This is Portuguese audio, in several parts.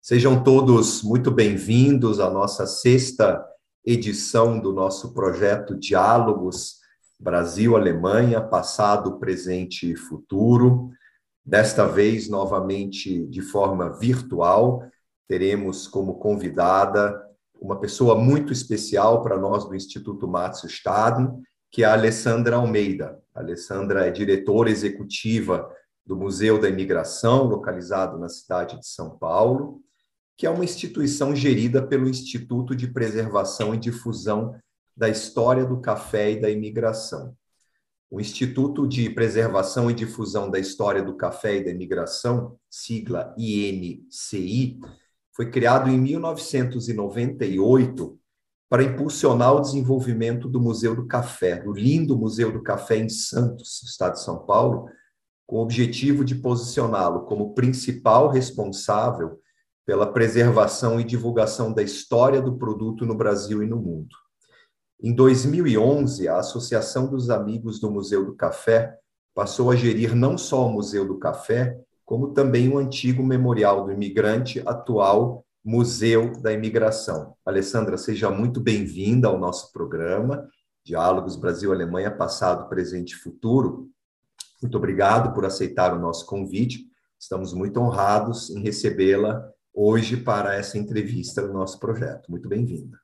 Sejam todos muito bem-vindos à nossa sexta edição do nosso projeto Diálogos Brasil-Alemanha, passado, presente e futuro. Desta vez, novamente, de forma virtual, teremos como convidada uma pessoa muito especial para nós do Instituto Márcio Staden, que é a Alessandra Almeida. A Alessandra é diretora executiva do Museu da Imigração, localizado na cidade de São Paulo, que é uma instituição gerida pelo Instituto de Preservação e Difusão da História do Café e da Imigração. O Instituto de Preservação e Difusão da História do Café e da Imigração, sigla INCI, foi criado em 1998 para impulsionar o desenvolvimento do Museu do Café, do lindo Museu do Café em Santos, estado de São Paulo, com o objetivo de posicioná-lo como principal responsável pela preservação e divulgação da história do produto no Brasil e no mundo. Em 2011, a Associação dos Amigos do Museu do Café passou a gerir não só o Museu do Café, como também o antigo Memorial do Imigrante, atual Museu da Imigração. Alessandra, seja muito bem-vinda ao nosso programa, Diálogos Brasil-Alemanha, Passado, Presente e Futuro. Muito obrigado por aceitar o nosso convite. Estamos muito honrados em recebê-la hoje para essa entrevista no nosso projeto. Muito bem-vinda.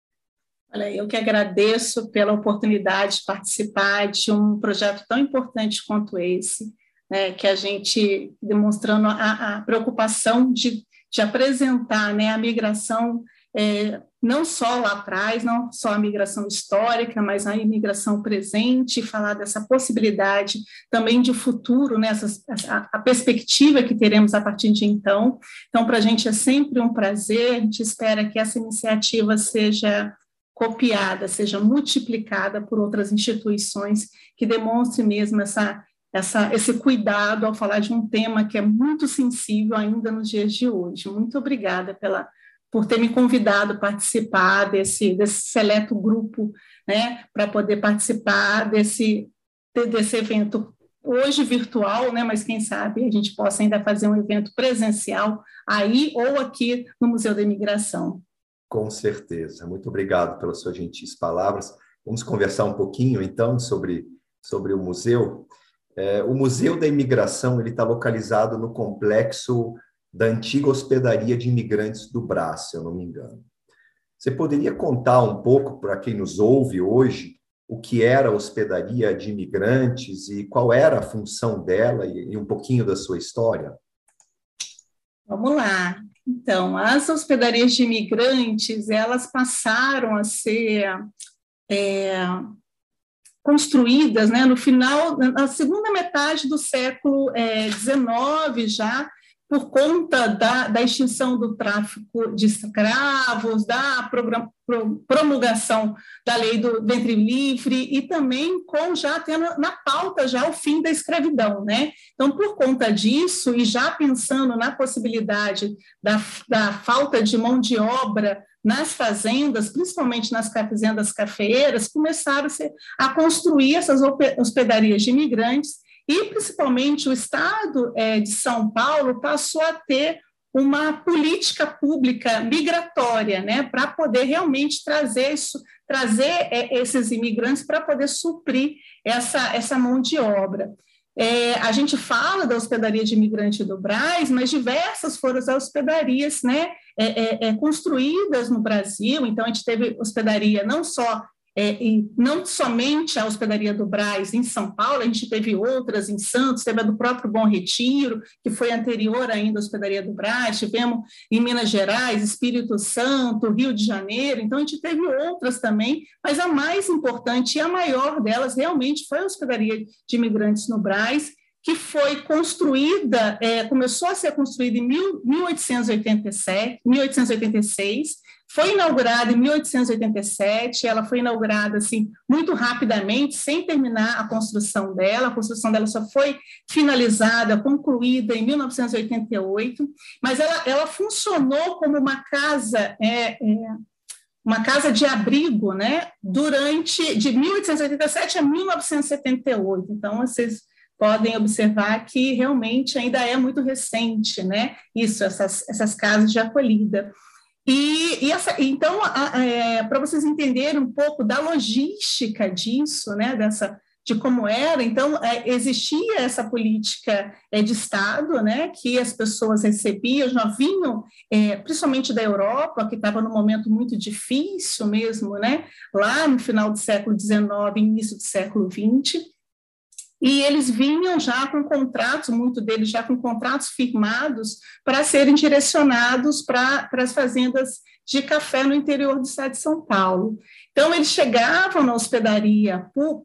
Olha, eu que agradeço pela oportunidade de participar de um projeto tão importante quanto esse, né, que a gente demonstrando a preocupação de apresentar, né, a migração, não só lá atrás, não só a migração histórica, mas a imigração presente, falar dessa possibilidade também de futuro, né, a perspectiva que teremos a partir de então. Então, para a gente é sempre um prazer, a gente espera que essa iniciativa seja copiada, seja multiplicada por outras instituições que demonstre mesmo esse cuidado ao falar de um tema que é muito sensível ainda nos dias de hoje. Muito obrigada por ter me convidado a participar desse seleto grupo, né, para poder participar desse evento hoje virtual, né, mas quem sabe a gente possa ainda fazer um evento presencial aí ou aqui no Museu da Imigração. Com certeza. Muito obrigado pelas suas gentis palavras. Vamos conversar um pouquinho, então, sobre o museu. O Museu da Imigração ele está localizado no complexo da antiga hospedaria de imigrantes do Brás, se eu não me engano. Você poderia contar um pouco para quem nos ouve hoje o que era a hospedaria de imigrantes e qual era a função dela e um pouquinho da sua história? Vamos lá. Então, as hospedarias de imigrantes, elas passaram a ser construídas, né, no final, na segunda metade do século XIX já, por conta da extinção do tráfico de escravos, da promulgação da lei do ventre livre e também com já tendo na pauta já o fim da escravidão, né? Então, por conta disso e já pensando na possibilidade da falta de mão de obra nas fazendas, principalmente nas fazendas cafeeiras, começaram a construir essas hospedarias de imigrantes. E, principalmente, o Estado de São Paulo passou a ter uma política pública migratória, né, para poder realmente trazer esses imigrantes para poder suprir essa mão de obra. A gente fala da hospedaria de imigrante do Brás, mas diversas foram as hospedarias, né, construídas no Brasil. Então, a gente teve hospedaria não só e não somente a hospedaria do Brás em São Paulo, a gente teve outras em Santos, teve a do próprio Bom Retiro, que foi anterior ainda à hospedaria do Brás, tivemos em Minas Gerais, Espírito Santo, Rio de Janeiro, então a gente teve outras também, mas a mais importante e a maior delas realmente foi a hospedaria de imigrantes no Brás, que foi construída, começou a ser construída em 1886, foi inaugurada em 1887, ela foi inaugurada assim, muito rapidamente, sem terminar a construção dela só foi finalizada, concluída em 1988, mas ela funcionou como uma casa de abrigo, né, de 1887 a 1978, então vocês podem observar que realmente ainda é muito recente, né? Isso, essas casas de acolhida. Então, para vocês entenderem um pouco da logística disso, né? De como era, então, existia essa política de Estado, né, que as pessoas recebiam, já vinham, principalmente da Europa, que estava num momento muito difícil mesmo, né, lá no final do século XIX, início do século XX, e eles vinham já com contratos, muitos deles já com contratos firmados para serem direcionados para as fazendas de café no interior do estado de São Paulo. Então, eles chegavam na hospedaria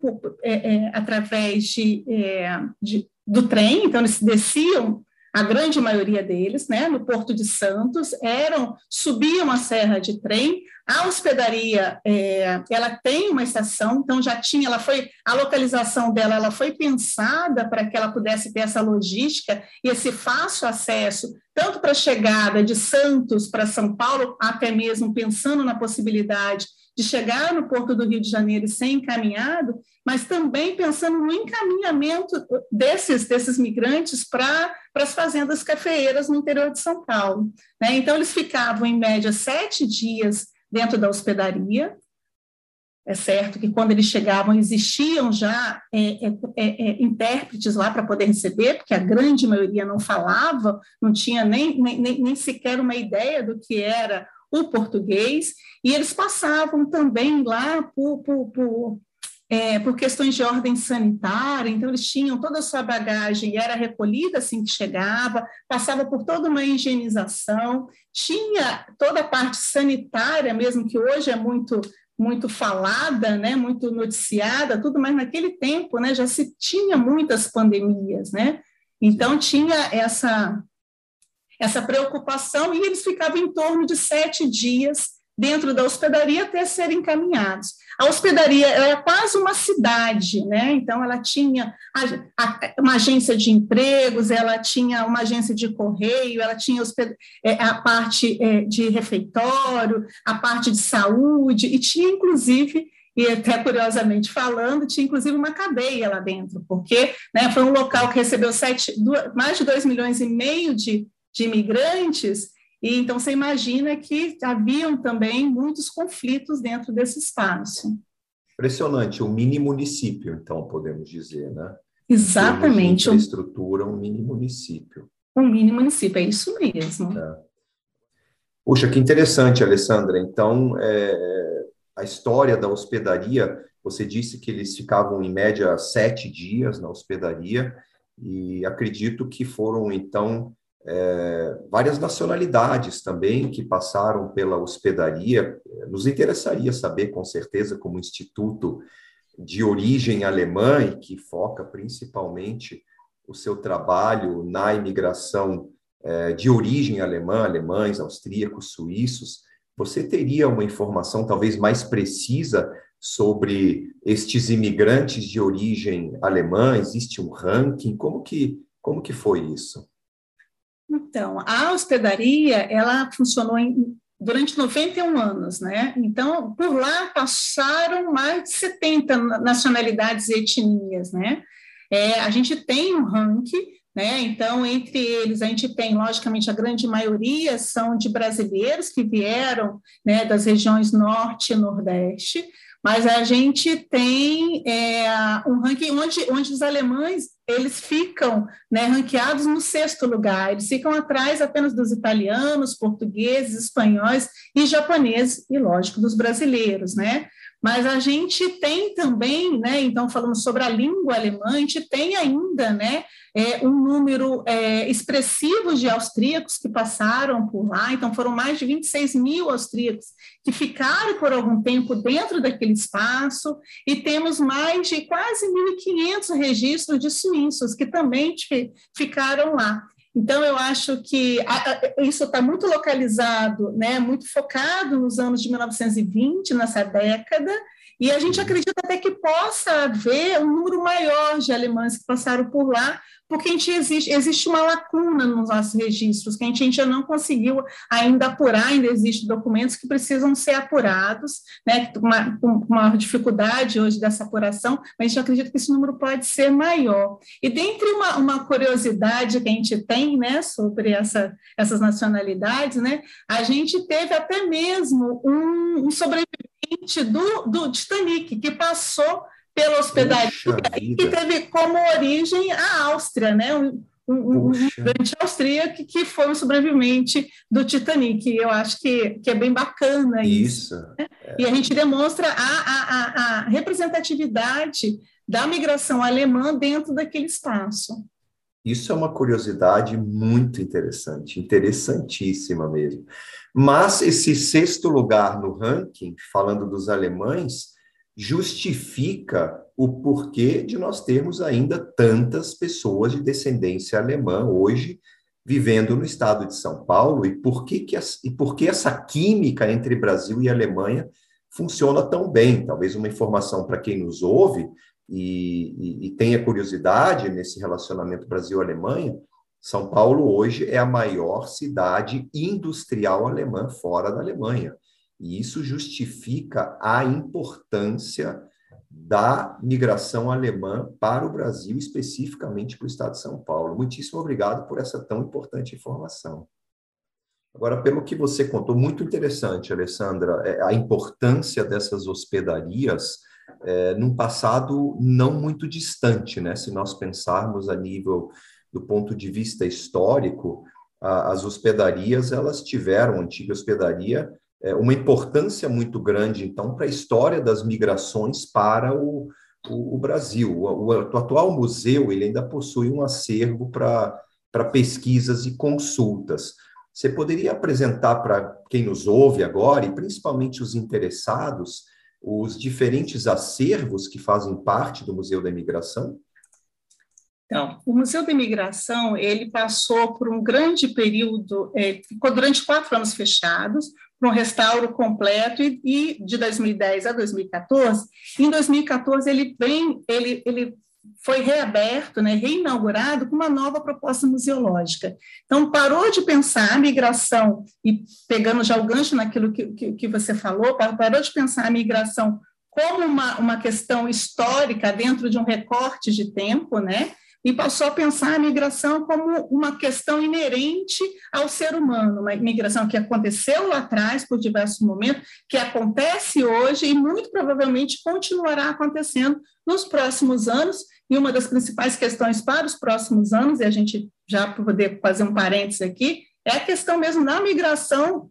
através do trem, então eles desciam, a grande maioria deles, né, no Porto de Santos, subiam a serra de trem. A hospedaria, ela tem uma estação, então a localização dela, ela foi pensada para que ela pudesse ter essa logística e esse fácil acesso, tanto para a chegada de Santos para São Paulo, até mesmo pensando na possibilidade de chegar no Porto do Rio de Janeiro e ser encaminhado, mas também pensando no encaminhamento desses migrantes para as fazendas cafeeiras no interior de São Paulo, né? Então, eles ficavam, em média, 7 dias dentro da hospedaria. É certo que, quando eles chegavam, existiam já intérpretes lá para poder receber, porque a grande maioria não falava, não tinha nem sequer uma ideia do que era o português, e eles passavam também lá por questões de ordem sanitária, então eles tinham toda a sua bagagem, era recolhida assim que chegava, passava por toda uma higienização, tinha toda a parte sanitária mesmo, que hoje é muito falada, né, muito noticiada, tudo, mas naquele tempo, né, já se tinha muitas pandemias, né, então tinha essa preocupação, e eles ficavam em torno de 7 dias dentro da hospedaria até serem encaminhados. A hospedaria era quase uma cidade, né? Então, ela tinha uma agência de empregos, ela tinha uma agência de correio, ela tinha a parte de refeitório, a parte de saúde, e tinha, inclusive, e até curiosamente falando, tinha inclusive uma cadeia lá dentro, porque, né, foi um local que recebeu mais de 2,5 milhões de imigrantes. E então, você imagina que haviam também muitos conflitos dentro desse espaço. Impressionante, um mini município, então, podemos dizer, né? Exatamente. Infraestrutura, um mini município. Um mini município, é isso mesmo. Puxa, que interessante, Alessandra. Então, a história da hospedaria, você disse que eles ficavam, em média, 7 dias na hospedaria, e acredito que foram, então, várias nacionalidades também que passaram pela hospedaria. Nos interessaria saber, com certeza, como instituto de origem alemã e que foca principalmente o seu trabalho na imigração de origem alemã, alemães, austríacos, suíços, você teria uma informação talvez mais precisa sobre estes imigrantes de origem alemã? Existe um ranking? Como que foi isso? Então, a hospedaria, ela funcionou durante 91 anos, né? Então, por lá passaram mais de 70 nacionalidades e etnias, né? A gente tem um ranking, né? Então, entre eles, a gente tem, logicamente, a grande maioria são de brasileiros que vieram, né, das regiões norte e nordeste, mas a gente tem um ranking onde os alemães, eles ficam, né, ranqueados no 6º lugar, eles ficam atrás apenas dos italianos, portugueses, espanhóis e japoneses, e, lógico, dos brasileiros, né? Mas a gente tem também, né, então, falando sobre a língua alemã, a gente tem ainda, né, um número expressivo de austríacos que passaram por lá, então foram mais de 26 mil austríacos que ficaram por algum tempo dentro daquele espaço, e temos mais de quase 1.500 registros de suíços que também ficaram lá. Então, eu acho que isso está muito localizado, né, muito focado nos anos de 1920, nessa década, E a gente acredita até que possa haver um número maior de alemães que passaram por lá, porque existe uma lacuna nos nossos registros, que a gente ainda não conseguiu ainda apurar, ainda existem documentos que precisam ser apurados, né, uma dificuldade hoje dessa apuração, mas a gente acredita que esse número pode ser maior. E dentre uma curiosidade que a gente tem, né, sobre essas nacionalidades, né, a gente teve até mesmo um sobrevivente do Titanic, que passou pela hospedaria e que teve como origem a Áustria, né? Um grande austríaco que foi um sobrevivente do Titanic. Eu acho que é bem bacana isso. Né? E a gente demonstra a representatividade da migração alemã dentro daquele espaço. Isso é uma curiosidade muito interessante, interessantíssima mesmo. Mas esse 6º lugar no ranking, falando dos alemães, justifica o porquê de nós termos ainda tantas pessoas de descendência alemã hoje vivendo no estado de São Paulo e por que essa química entre Brasil e Alemanha funciona tão bem. Talvez uma informação para quem nos ouve e tenha curiosidade nesse relacionamento Brasil-Alemanha. São Paulo hoje é a maior cidade industrial alemã fora da Alemanha. E isso justifica a importância da migração alemã para o Brasil, especificamente para o estado de São Paulo. Muitíssimo obrigado por essa tão importante informação. Agora, pelo que você contou, muito interessante, Alessandra, a importância dessas hospedarias num passado não muito distante, né? Se nós pensarmos a nível do ponto de vista histórico, as hospedarias, elas tiveram, a antiga hospedaria, uma importância muito grande, então, para a história das migrações para o Brasil. O atual museu, ele ainda possui um acervo para pesquisas e consultas. Você poderia apresentar para quem nos ouve agora, e principalmente os interessados, os diferentes acervos que fazem parte do Museu da Imigração? Então, o Museu da Imigração, ele passou por um grande período, ficou durante 4 anos fechados, para um restauro completo, e de 2010 a 2014. Em 2014, ele foi reaberto, né, reinaugurado com uma nova proposta museológica. Então, parou de pensar a migração, e pegando já o gancho naquilo que você falou, parou de pensar a migração como uma questão histórica dentro de um recorte de tempo, né, e passou a pensar a migração como uma questão inerente ao ser humano, uma migração que aconteceu lá atrás, por diversos momentos, que acontece hoje e muito provavelmente continuará acontecendo nos próximos anos, e uma das principais questões para os próximos anos, e a gente já poder fazer um parênteses aqui, é a questão mesmo da migração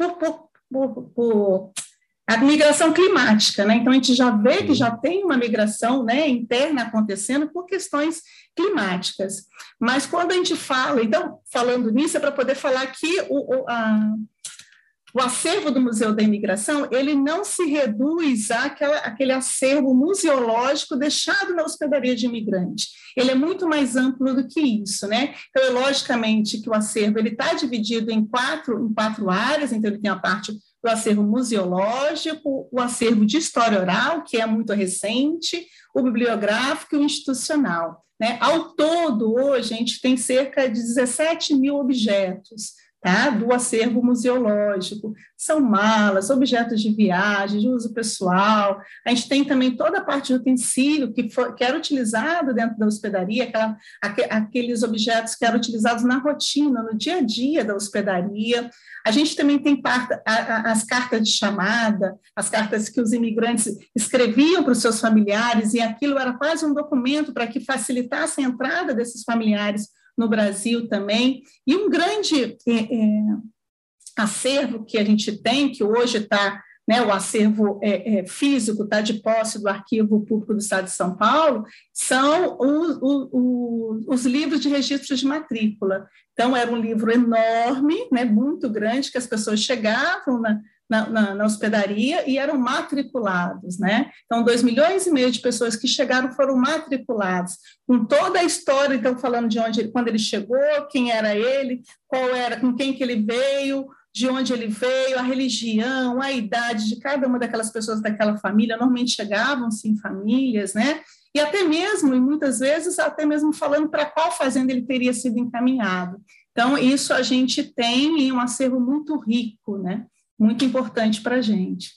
a migração climática, né? Então, a gente já vê que já tem uma migração, né, interna acontecendo por questões climáticas. Mas quando a gente fala, então, falando nisso, é para poder falar que o acervo do Museu da Imigração, ele não se reduz àquele acervo museológico deixado na hospedaria de imigrante. Ele é muito mais amplo do que isso, né? Então, logicamente que o acervo está dividido em quatro áreas, então ele tem a parte do acervo museológico, o acervo de história oral, que é muito recente, o bibliográfico e o institucional, né? Ao todo, hoje, a gente tem cerca de 17 mil objetos, tá? Do acervo museológico. São malas, objetos de viagem, de uso pessoal. A gente tem também toda a parte de utensílio que era utilizado dentro da hospedaria, aqueles objetos que eram utilizados na rotina, no dia a dia da hospedaria. A gente também tem as cartas de chamada, as cartas que os imigrantes escreviam para os seus familiares, e aquilo era quase um documento para que facilitasse a entrada desses familiares no Brasil também. E um grande acervo que a gente tem, que hoje está, né, o acervo físico está de posse do Arquivo Público do Estado de São Paulo, são os livros de registros de matrícula. Então, era um livro enorme, né, muito grande, que as pessoas chegavam na hospedaria e eram matriculados, né? Então, 2,5 milhões de pessoas que chegaram foram matriculados, com toda a história, então, falando de quando ele chegou, quem era ele, com quem que ele veio, de onde ele veio, a religião, a idade de cada uma daquelas pessoas daquela família, normalmente chegavam-se em famílias, né? E até mesmo, e muitas vezes, até mesmo falando para qual fazenda ele teria sido encaminhado. Então, isso a gente tem em um acervo muito rico, né? Muito importante para a gente.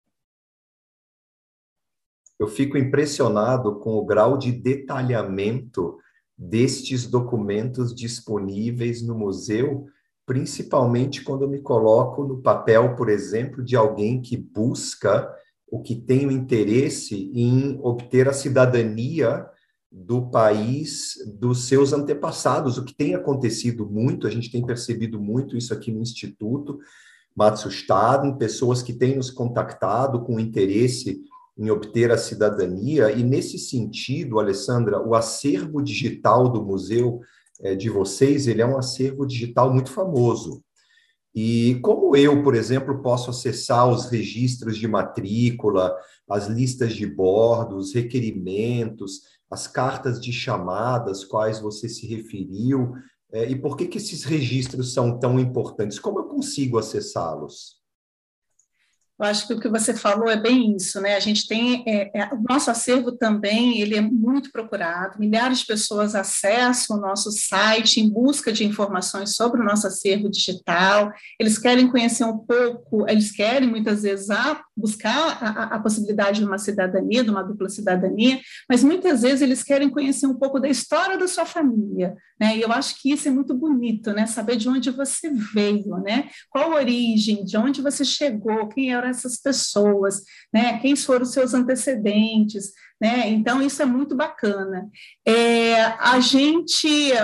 Eu fico impressionado com o grau de detalhamento destes documentos disponíveis no museu, principalmente quando eu me coloco no papel, por exemplo, de alguém que busca o que tem o interesse em obter a cidadania do país dos seus antepassados, o que tem acontecido muito, a gente tem percebido muito isso aqui no Instituto Matsushita, pessoas que têm nos contactado com interesse em obter a cidadania, e nesse sentido, Alessandra, o acervo digital do museu de vocês, ele é um acervo digital muito famoso. E como eu, por exemplo, posso acessar os registros de matrícula, as listas de bordo, os requerimentos, as cartas de chamadas, quais você se referiu, e por que esses registros são tão importantes? Como eu consigo acessá-los? Eu acho que o que você falou é bem isso, né? A gente tem o nosso acervo também, ele é muito procurado. Milhares de pessoas acessam o nosso site em busca de informações sobre o nosso acervo digital. Eles querem conhecer um pouco, eles querem muitas vezes buscar a possibilidade de uma cidadania, de uma dupla cidadania, mas muitas vezes eles querem conhecer um pouco da história da sua família, né? E eu acho que isso é muito bonito, né? Saber de onde você veio, né? Qual a origem, de onde você chegou, quem eram essas pessoas, né? Quem foram os seus antecedentes, né? Então, isso é muito bacana. A gente,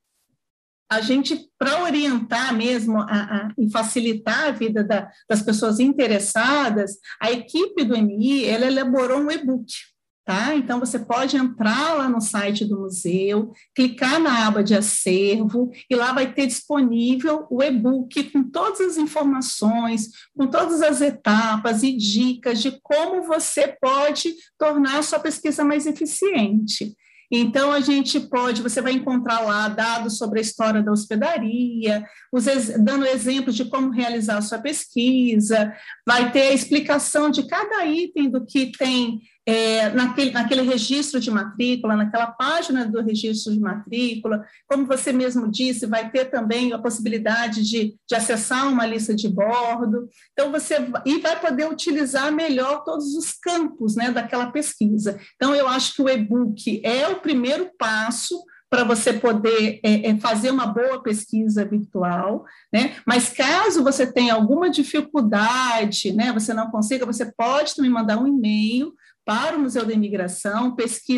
para orientar mesmo e facilitar a vida das pessoas interessadas, a equipe do MI, ela elaborou um e-book. Tá? Então, você pode entrar lá no site do museu, clicar na aba de acervo, e lá vai ter disponível o e-book com todas as informações, com todas as etapas e dicas de como você pode tornar a sua pesquisa mais eficiente. Então, você vai encontrar lá dados sobre a história da hospedaria, dando exemplos de como realizar a sua pesquisa, vai ter a explicação de cada item do que tem naquele registro de matrícula, naquela página do registro de matrícula. Como você mesmo disse, vai ter também a possibilidade de acessar uma lista de bordo. Então, vai poder utilizar melhor todos os campos, né, daquela pesquisa. Então, eu acho que o e-book é o primeiro passo para você poder fazer uma boa pesquisa virtual, né? Mas caso você tenha alguma dificuldade, né, você não consiga, você pode também mandar um e-mail para o Museu da Imigração,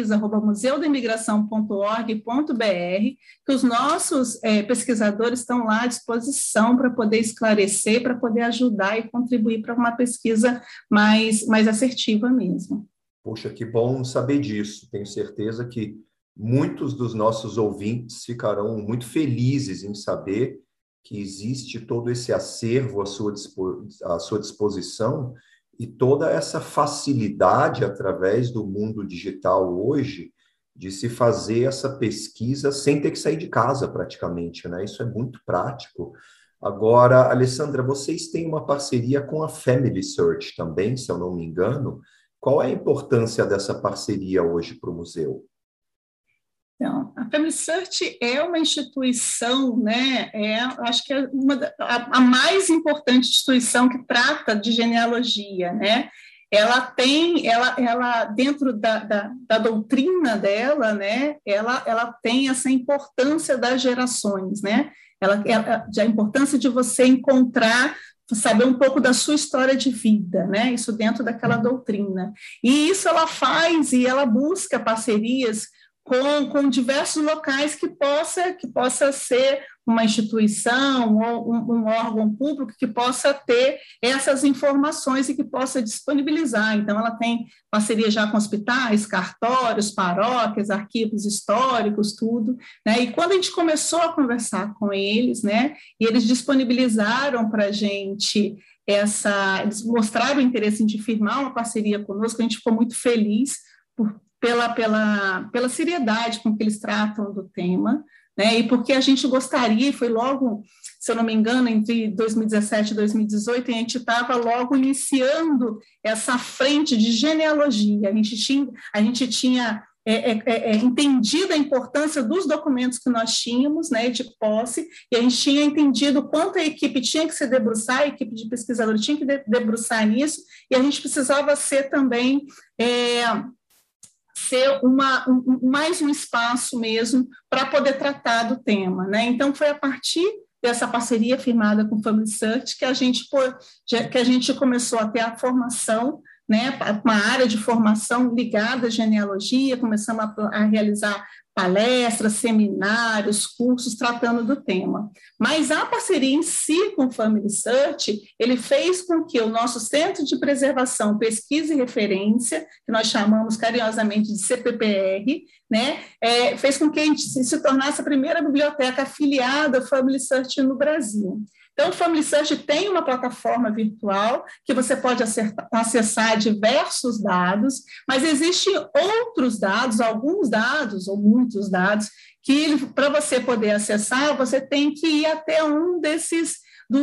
pesquisa@museudaimigração.org.br, que os nossos pesquisadores estão lá à disposição para poder esclarecer, para poder ajudar e contribuir para uma pesquisa mais assertiva mesmo. Poxa, que bom saber disso. Tenho certeza que muitos dos nossos ouvintes ficarão muito felizes em saber que existe todo esse acervo à sua disposição e toda essa facilidade através do mundo digital hoje de se fazer essa pesquisa sem ter que sair de casa praticamente, né? Isso é muito prático. Agora, Alessandra, vocês têm uma parceria com a Family Search também, se eu não me engano. Qual é a importância dessa parceria hoje para o museu? Então, a Family Search é uma instituição, né? Acho que é a mais importante instituição que trata de genealogia, né? Ela dentro da doutrina dela, né? Ela tem essa importância das gerações, né? A importância de você saber um pouco da sua história de vida, né? Isso dentro daquela doutrina. E isso ela faz e ela busca parcerias com diversos locais que possa ser uma instituição ou um órgão público que possa ter essas informações e que possa disponibilizar. Então, ela tem parceria já com hospitais, cartórios, paróquias, arquivos históricos, tudo, né? E quando a gente começou a conversar com eles, né, e eles disponibilizaram para a gente eles mostraram o interesse de firmar uma parceria conosco, a gente ficou muito feliz pela seriedade com que eles tratam do tema, né? E porque a gente gostaria, foi logo, se eu não me engano, entre 2017 e 2018, a gente estava logo iniciando essa frente de genealogia. A gente tinha entendido a importância dos documentos que nós tínhamos, né, de posse, e a gente tinha entendido quanto a equipe tinha que se debruçar, a equipe de pesquisadores tinha que debruçar nisso, e a gente precisava ser também mais um espaço mesmo para poder tratar do tema, né? Então, foi a partir dessa parceria firmada com o Family Search que a gente começou a ter a formação, né, uma área de formação ligada à genealogia, começamos a realizar palestras, seminários, cursos tratando do tema. Mas a parceria em si com o Family Search, ele fez com que o nosso Centro de Preservação, Pesquisa e Referência, que nós chamamos carinhosamente de CPPR, né, fez com que a gente se tornasse a primeira biblioteca afiliada ao Family Search no Brasil. Então, o Family Search tem uma plataforma virtual que você pode acessar diversos dados, mas existem outros dados, alguns dados ou muitos dados, que para você poder acessar, você tem que ir até um desses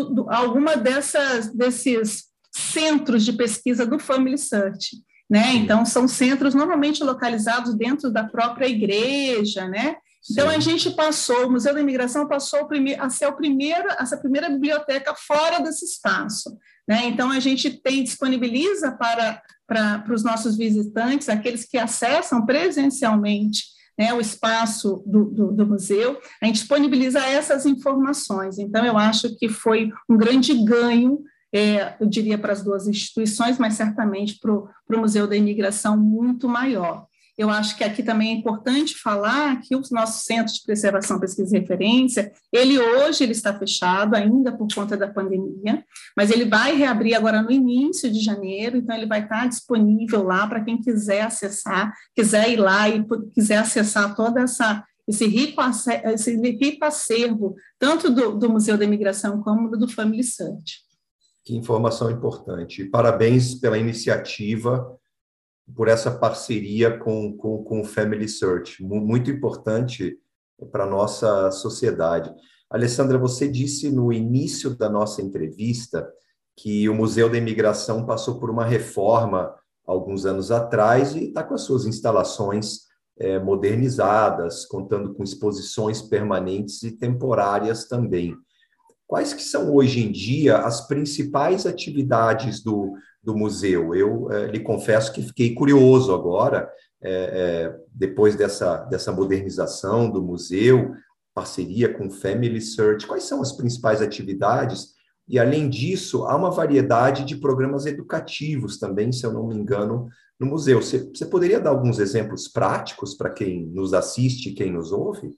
centros de pesquisa do Family Search, né? Então, são centros normalmente localizados dentro da própria igreja, né? Então, a gente passou, o Museu da Imigração passou a ser essa primeira biblioteca fora desse espaço, né? Então, a gente disponibiliza para os nossos visitantes, aqueles que acessam presencialmente, né, o espaço do museu, a gente disponibiliza essas informações. Então, eu acho que foi um grande ganho, eu diria, para as duas instituições, mas certamente para o Museu da Imigração muito maior. Eu acho que aqui também é importante falar que o nosso Centro de Preservação, Pesquisa e Referência, hoje ele está fechado ainda por conta da pandemia, mas ele vai reabrir agora no início de janeiro, então ele vai estar disponível lá para quem quiser acessar, quiser ir lá e quiser acessar toda esse rico acervo, tanto do Museu da Imigração como do Family Search. Que informação importante. Parabéns pela iniciativa, por essa parceria com o Family Search, muito importante para a nossa sociedade. Alessandra, você disse no início da nossa entrevista que o Museu da Imigração passou por uma reforma alguns anos atrás e está com as suas instalações modernizadas, contando com exposições permanentes e temporárias também. Quais que são, hoje em dia, as principais atividades do museu? Eu lhe confesso que fiquei curioso agora, depois dessa modernização do museu, parceria com o Family Search. Quais são as principais atividades? E, além disso, há uma variedade de programas educativos também, se eu não me engano, no museu. Você poderia dar alguns exemplos práticos para quem nos assiste, quem nos ouve?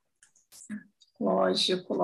Lógico.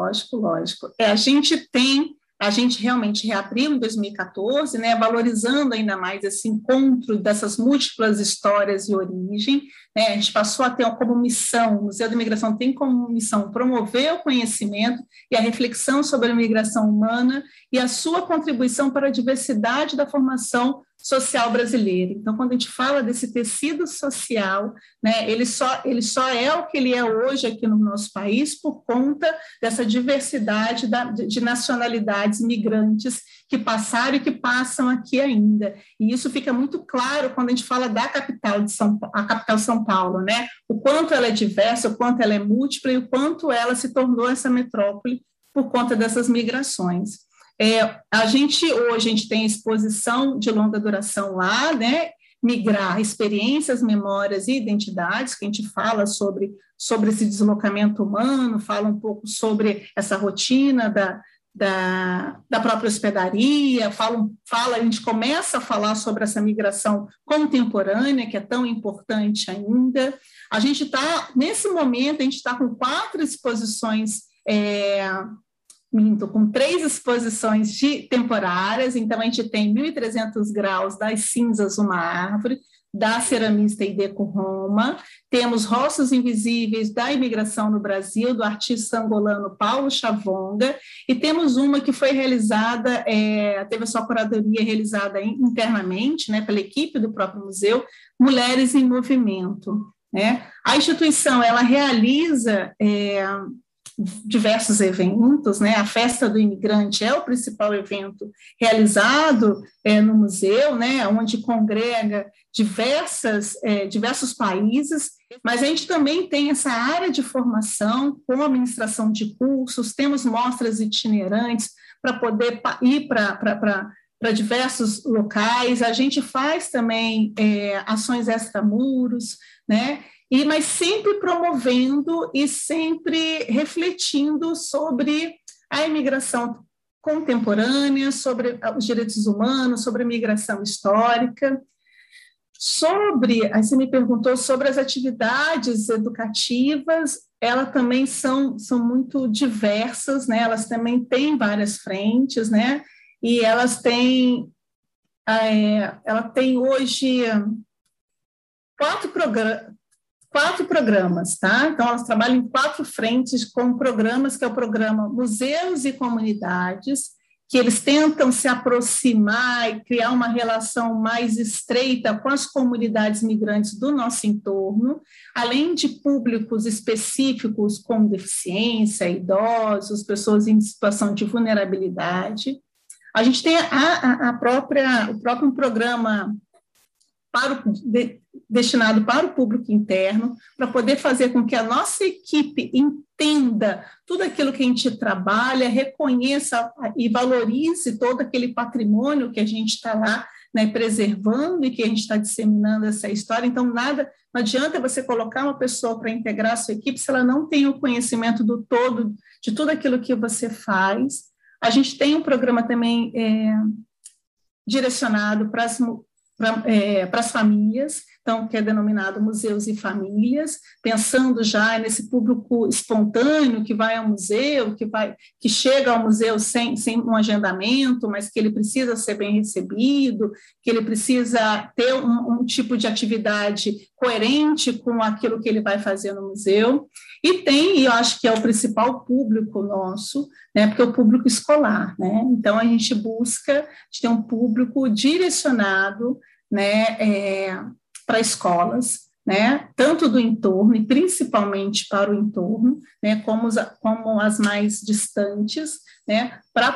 A gente realmente reabriu em 2014, né, valorizando ainda mais esse encontro dessas múltiplas histórias e origem, né, a gente passou a ter como missão, o Museu da Imigração tem como missão promover o conhecimento e a reflexão sobre a imigração humana e a sua contribuição para a diversidade da formação social brasileira. Então, quando a gente fala desse tecido social, né, ele só é o que ele é hoje aqui no nosso país por conta dessa diversidade de nacionalidades migrantes que passaram e que passam aqui ainda. E isso fica muito claro quando a gente fala da capital a capital São Paulo, né? O quanto ela é diversa, o quanto ela é múltipla e o quanto ela se tornou essa metrópole por conta dessas migrações. Hoje a gente tem exposição de longa duração lá, né? Migrar experiências, memórias e identidades, que a gente fala sobre esse deslocamento humano, fala um pouco sobre essa rotina da própria hospedaria, a gente começa a falar sobre essa migração contemporânea, que é tão importante ainda. A gente está, nesse momento, a gente está com 4 exposições com 3 exposições temporárias, então a gente tem 1.300 graus das cinzas uma árvore, da ceramista Ideco Roma, temos Rostos Invisíveis da Imigração no Brasil, do artista angolano Paulo Chavonga, e temos uma que foi realizada, teve a sua curadoria realizada internamente, né, pela equipe do próprio museu, Mulheres em Movimento. né? A instituição, ela realiza diversos eventos, né? A Festa do Imigrante é o principal evento realizado no museu, né? Onde congrega diversos países, mas a gente também tem essa área de formação com administração de cursos, temos mostras itinerantes para poder ir para diversos locais, a gente faz também ações extramuros, né? Mas sempre promovendo e sempre refletindo sobre a imigração contemporânea, sobre os direitos humanos, sobre a migração histórica. Aí você me perguntou sobre as atividades educativas, elas também são muito diversas, né? Elas também têm várias frentes, né? E ela tem hoje quatro programas, tá? Então, elas trabalham em 4 frentes com programas, que é o programa Museus e Comunidades, que eles tentam se aproximar e criar uma relação mais estreita com as comunidades migrantes do nosso entorno, além de públicos específicos como deficiência, idosos, pessoas em situação de vulnerabilidade. A gente tem o próprio programa destinado para o público interno, para poder fazer com que a nossa equipe entenda tudo aquilo que a gente trabalha, reconheça e valorize todo aquele patrimônio que a gente está lá, né, preservando e que a gente está disseminando essa história. Então, não adianta você colocar uma pessoa para integrar a sua equipe se ela não tem o conhecimento do todo, de tudo aquilo que você faz. A gente tem um programa também direcionado para as famílias, então, que é denominado Museus e Famílias, pensando já nesse público espontâneo que vai ao museu, que chega ao museu sem um agendamento, mas que ele precisa ser bem recebido, que ele precisa ter um tipo de atividade coerente com aquilo que ele vai fazer no museu. E eu acho que é o principal público nosso, né, porque é o público escolar, né? Então, a gente ter um público direcionado, né, para escolas, né, tanto do entorno e principalmente para o entorno, né, como as mais distantes, né, para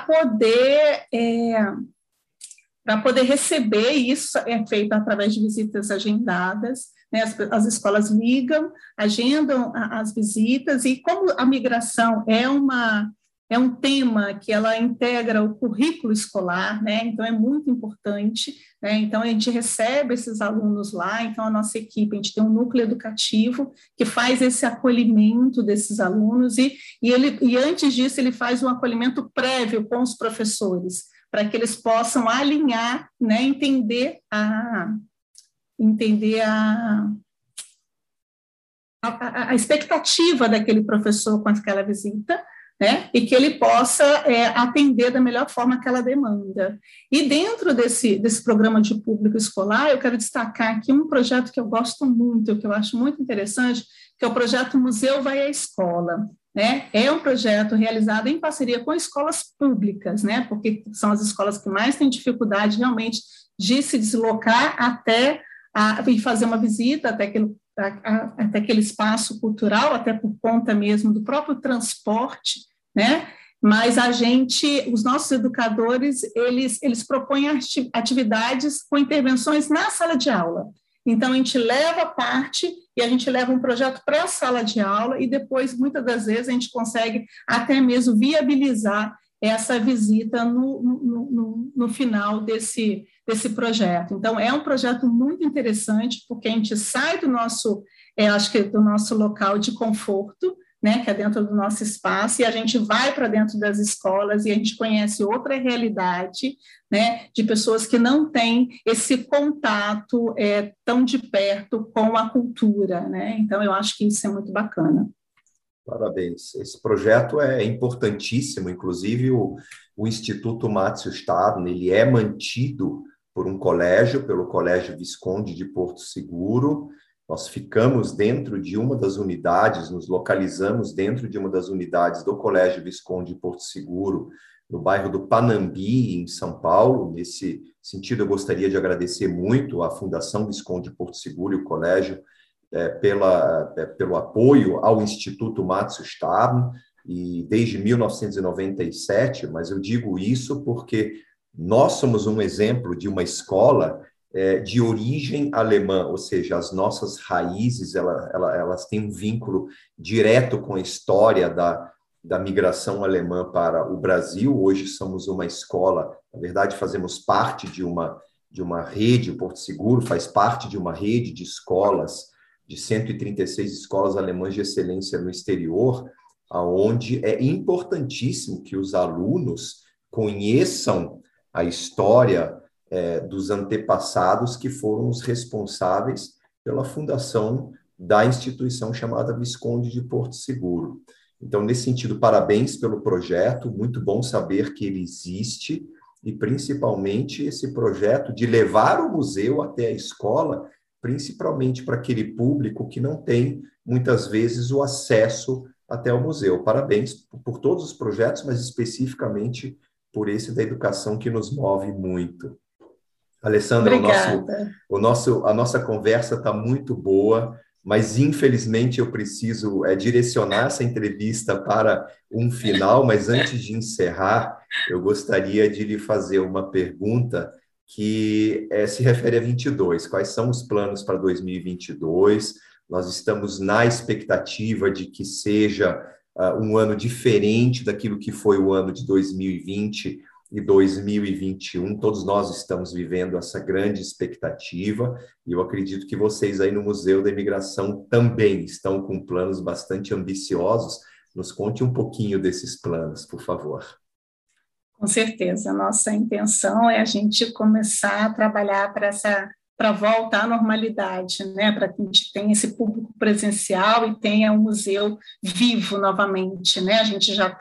poder receber. Isso é feito através de visitas agendadas, né, as escolas agendam as visitas, e como a migração é um tema que ela integra o currículo escolar, né? Então é muito importante, né? Então a gente recebe esses alunos lá, então a nossa equipe, a gente tem um núcleo educativo que faz esse acolhimento desses alunos e antes disso ele faz um acolhimento prévio com os professores, para que eles possam alinhar, né? Entender a expectativa daquele professor com aquela visita, né, e que ele possa atender da melhor forma aquela demanda. E dentro desse programa de público escolar, eu quero destacar aqui um projeto que eu gosto muito, que eu acho muito interessante, que é o projeto Museu Vai à Escola. Né? É um projeto realizado em parceria com escolas públicas, né, porque são as escolas que mais têm dificuldade realmente de se deslocar e fazer uma visita até aquele espaço cultural, até por conta mesmo do próprio transporte, né? Mas os nossos educadores, eles propõem atividades com intervenções na sala de aula. Então, a gente leva a parte e a gente leva um projeto para a sala de aula e depois, muitas das vezes, a gente consegue até mesmo viabilizar essa visita no final desse projeto. Então, é um projeto muito interessante, porque a gente sai do nosso local de conforto, né, que é dentro do nosso espaço, e a gente vai para dentro das escolas e a gente conhece outra realidade, né, de pessoas que não têm esse contato tão de perto com a cultura, né? Então, eu acho que isso é muito bacana. Parabéns. Esse projeto é importantíssimo, inclusive o Instituto Márcio Stadler, ele é mantido por um colégio, pelo Colégio Visconde de Porto Seguro. Nós ficamos dentro de uma das unidades, nos localizamos dentro de uma das unidades do Colégio Visconde de Porto Seguro, no bairro do Panambi, em São Paulo. Nesse sentido, eu gostaria de agradecer muito à Fundação Visconde de Porto Seguro e o colégio pelo apoio ao Instituto Max Stabn, e desde 1997, mas eu digo isso porque nós somos um exemplo de uma escola de origem alemã, ou seja, as nossas raízes, elas têm um vínculo direto com a história da migração alemã para o Brasil. Hoje somos uma escola, na verdade, fazemos parte de uma rede, o Porto Seguro faz parte de uma rede de escolas, de 136 escolas alemãs de excelência no exterior, onde é importantíssimo que os alunos conheçam a história dos antepassados que foram os responsáveis pela fundação da instituição chamada Visconde de Porto Seguro. Então, nesse sentido, parabéns pelo projeto, muito bom saber que ele existe, e principalmente esse projeto de levar o museu até a escola, principalmente para aquele público que não tem, muitas vezes, o acesso até o museu. Parabéns por todos os projetos, mas especificamente por esse da educação que nos move muito. Alessandra, a nossa conversa está muito boa, mas infelizmente eu preciso direcionar essa entrevista para um final, mas antes de encerrar, eu gostaria de lhe fazer uma pergunta que se refere a 22. Quais são os planos para 2022? Nós estamos na expectativa de que seja um ano diferente daquilo que foi o ano de 2020 e 2021, todos nós estamos vivendo essa grande expectativa, e eu acredito que vocês aí no Museu da Imigração também estão com planos bastante ambiciosos. Nos conte um pouquinho desses planos, por favor. Com certeza, a nossa intenção é a gente começar a trabalhar para voltar à normalidade, né? Para que a gente tenha esse público presencial e tenha um museu vivo novamente, né? A gente já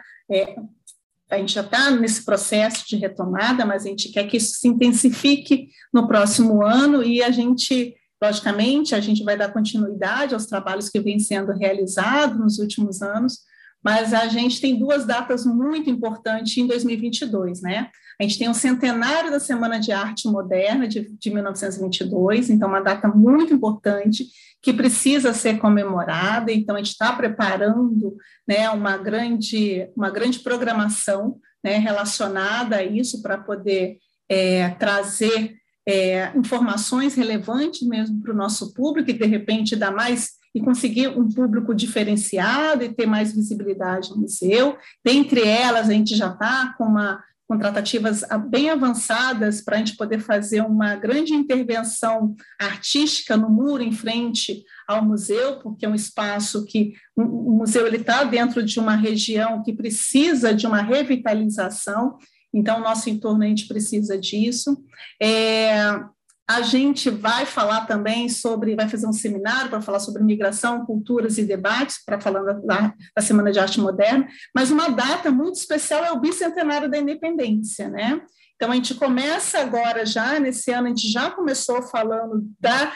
está nesse processo de retomada, mas a gente quer que isso se intensifique no próximo ano, e logicamente, a gente vai dar continuidade aos trabalhos que vêm sendo realizados nos últimos anos, mas a gente tem duas datas muito importantes em 2022, né? A gente tem o centenário da Semana de Arte Moderna de 1922, então uma data muito importante que precisa ser comemorada. Então a gente está preparando, né, uma grande programação, né, relacionada a isso, para poder trazer informações relevantes mesmo para o nosso público, e de repente dar mais e conseguir um público diferenciado e ter mais visibilidade no museu. Dentre elas, a gente já está com tratativas bem avançadas para a gente poder fazer uma grande intervenção artística no muro em frente ao museu, porque é um espaço que o museu está dentro de uma região que precisa de uma revitalização, então, nosso entorno, a gente precisa disso. A gente vai falar também vai fazer um seminário para falar sobre migração, culturas e debates, para falar da Semana de Arte Moderna, mas uma data muito especial é o bicentenário da independência, né? Então, a gente começa agora já, nesse ano, a gente já começou falando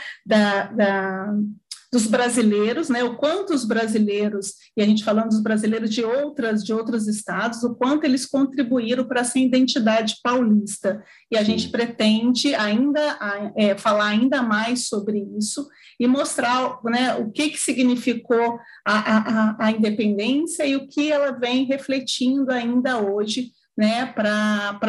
dos brasileiros, né? O quanto os brasileiros, e a gente falando dos brasileiros de outros estados, o quanto eles contribuíram para essa identidade paulista. E a gente pretende falar ainda mais sobre isso e mostrar, né, o que significou a independência e o que ela vem refletindo ainda hoje, né, para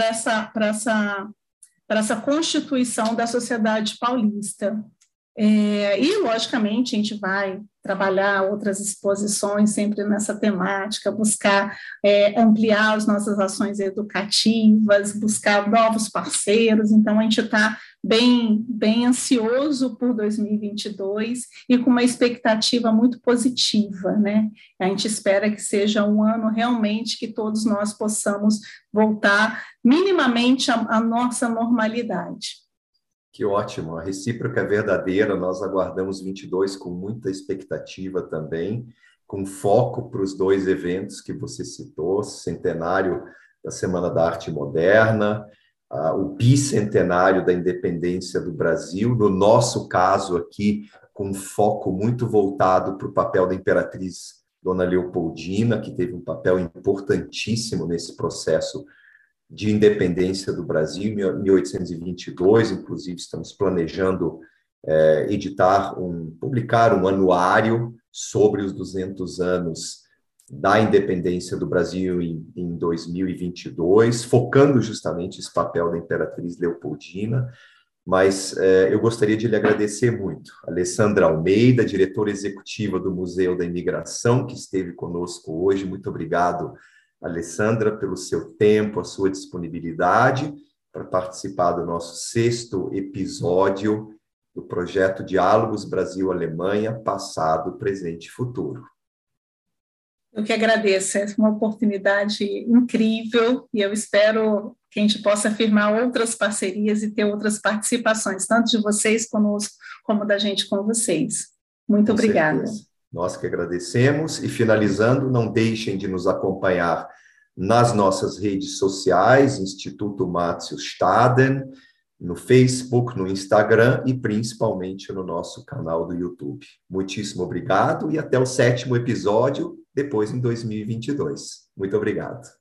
essa constituição da sociedade paulista. E, logicamente, a gente vai trabalhar outras exposições sempre nessa temática, buscar ampliar as nossas ações educativas, buscar novos parceiros. Então, a gente está bem ansioso por 2022 e com uma expectativa muito positiva, né? A gente espera que seja um ano realmente que todos nós possamos voltar minimamente à nossa normalidade. Que ótimo, a recíproca é verdadeira, nós aguardamos 22 com muita expectativa também, com foco para os dois eventos que você citou, centenário da Semana da Arte Moderna, o bicentenário da independência do Brasil, no nosso caso aqui, com foco muito voltado para o papel da Imperatriz Dona Leopoldina, que teve um papel importantíssimo nesse processo de independência do Brasil, em 1822, inclusive estamos planejando publicar um anuário sobre os 200 anos da independência do Brasil em 2022, focando justamente esse papel da Imperatriz Leopoldina. Mas eu gostaria de lhe agradecer muito. Alessandra Almeida, diretora executiva do Museu da Imigração, que esteve conosco hoje. Muito obrigado, Alessandra, pelo seu tempo, a sua disponibilidade para participar do nosso 6º episódio do projeto Diálogos Brasil-Alemanha, Passado, Presente e Futuro. Eu que agradeço, é uma oportunidade incrível e eu espero que a gente possa firmar outras parcerias e ter outras participações, tanto de vocês conosco, como da gente com vocês. Muito obrigada. Certeza. Nós que agradecemos e, finalizando, não deixem de nos acompanhar nas nossas redes sociais, Instituto Márcio Staden, no Facebook, no Instagram e principalmente no nosso canal do YouTube. Muitíssimo obrigado e até o 7º episódio, depois em 2022. Muito obrigado.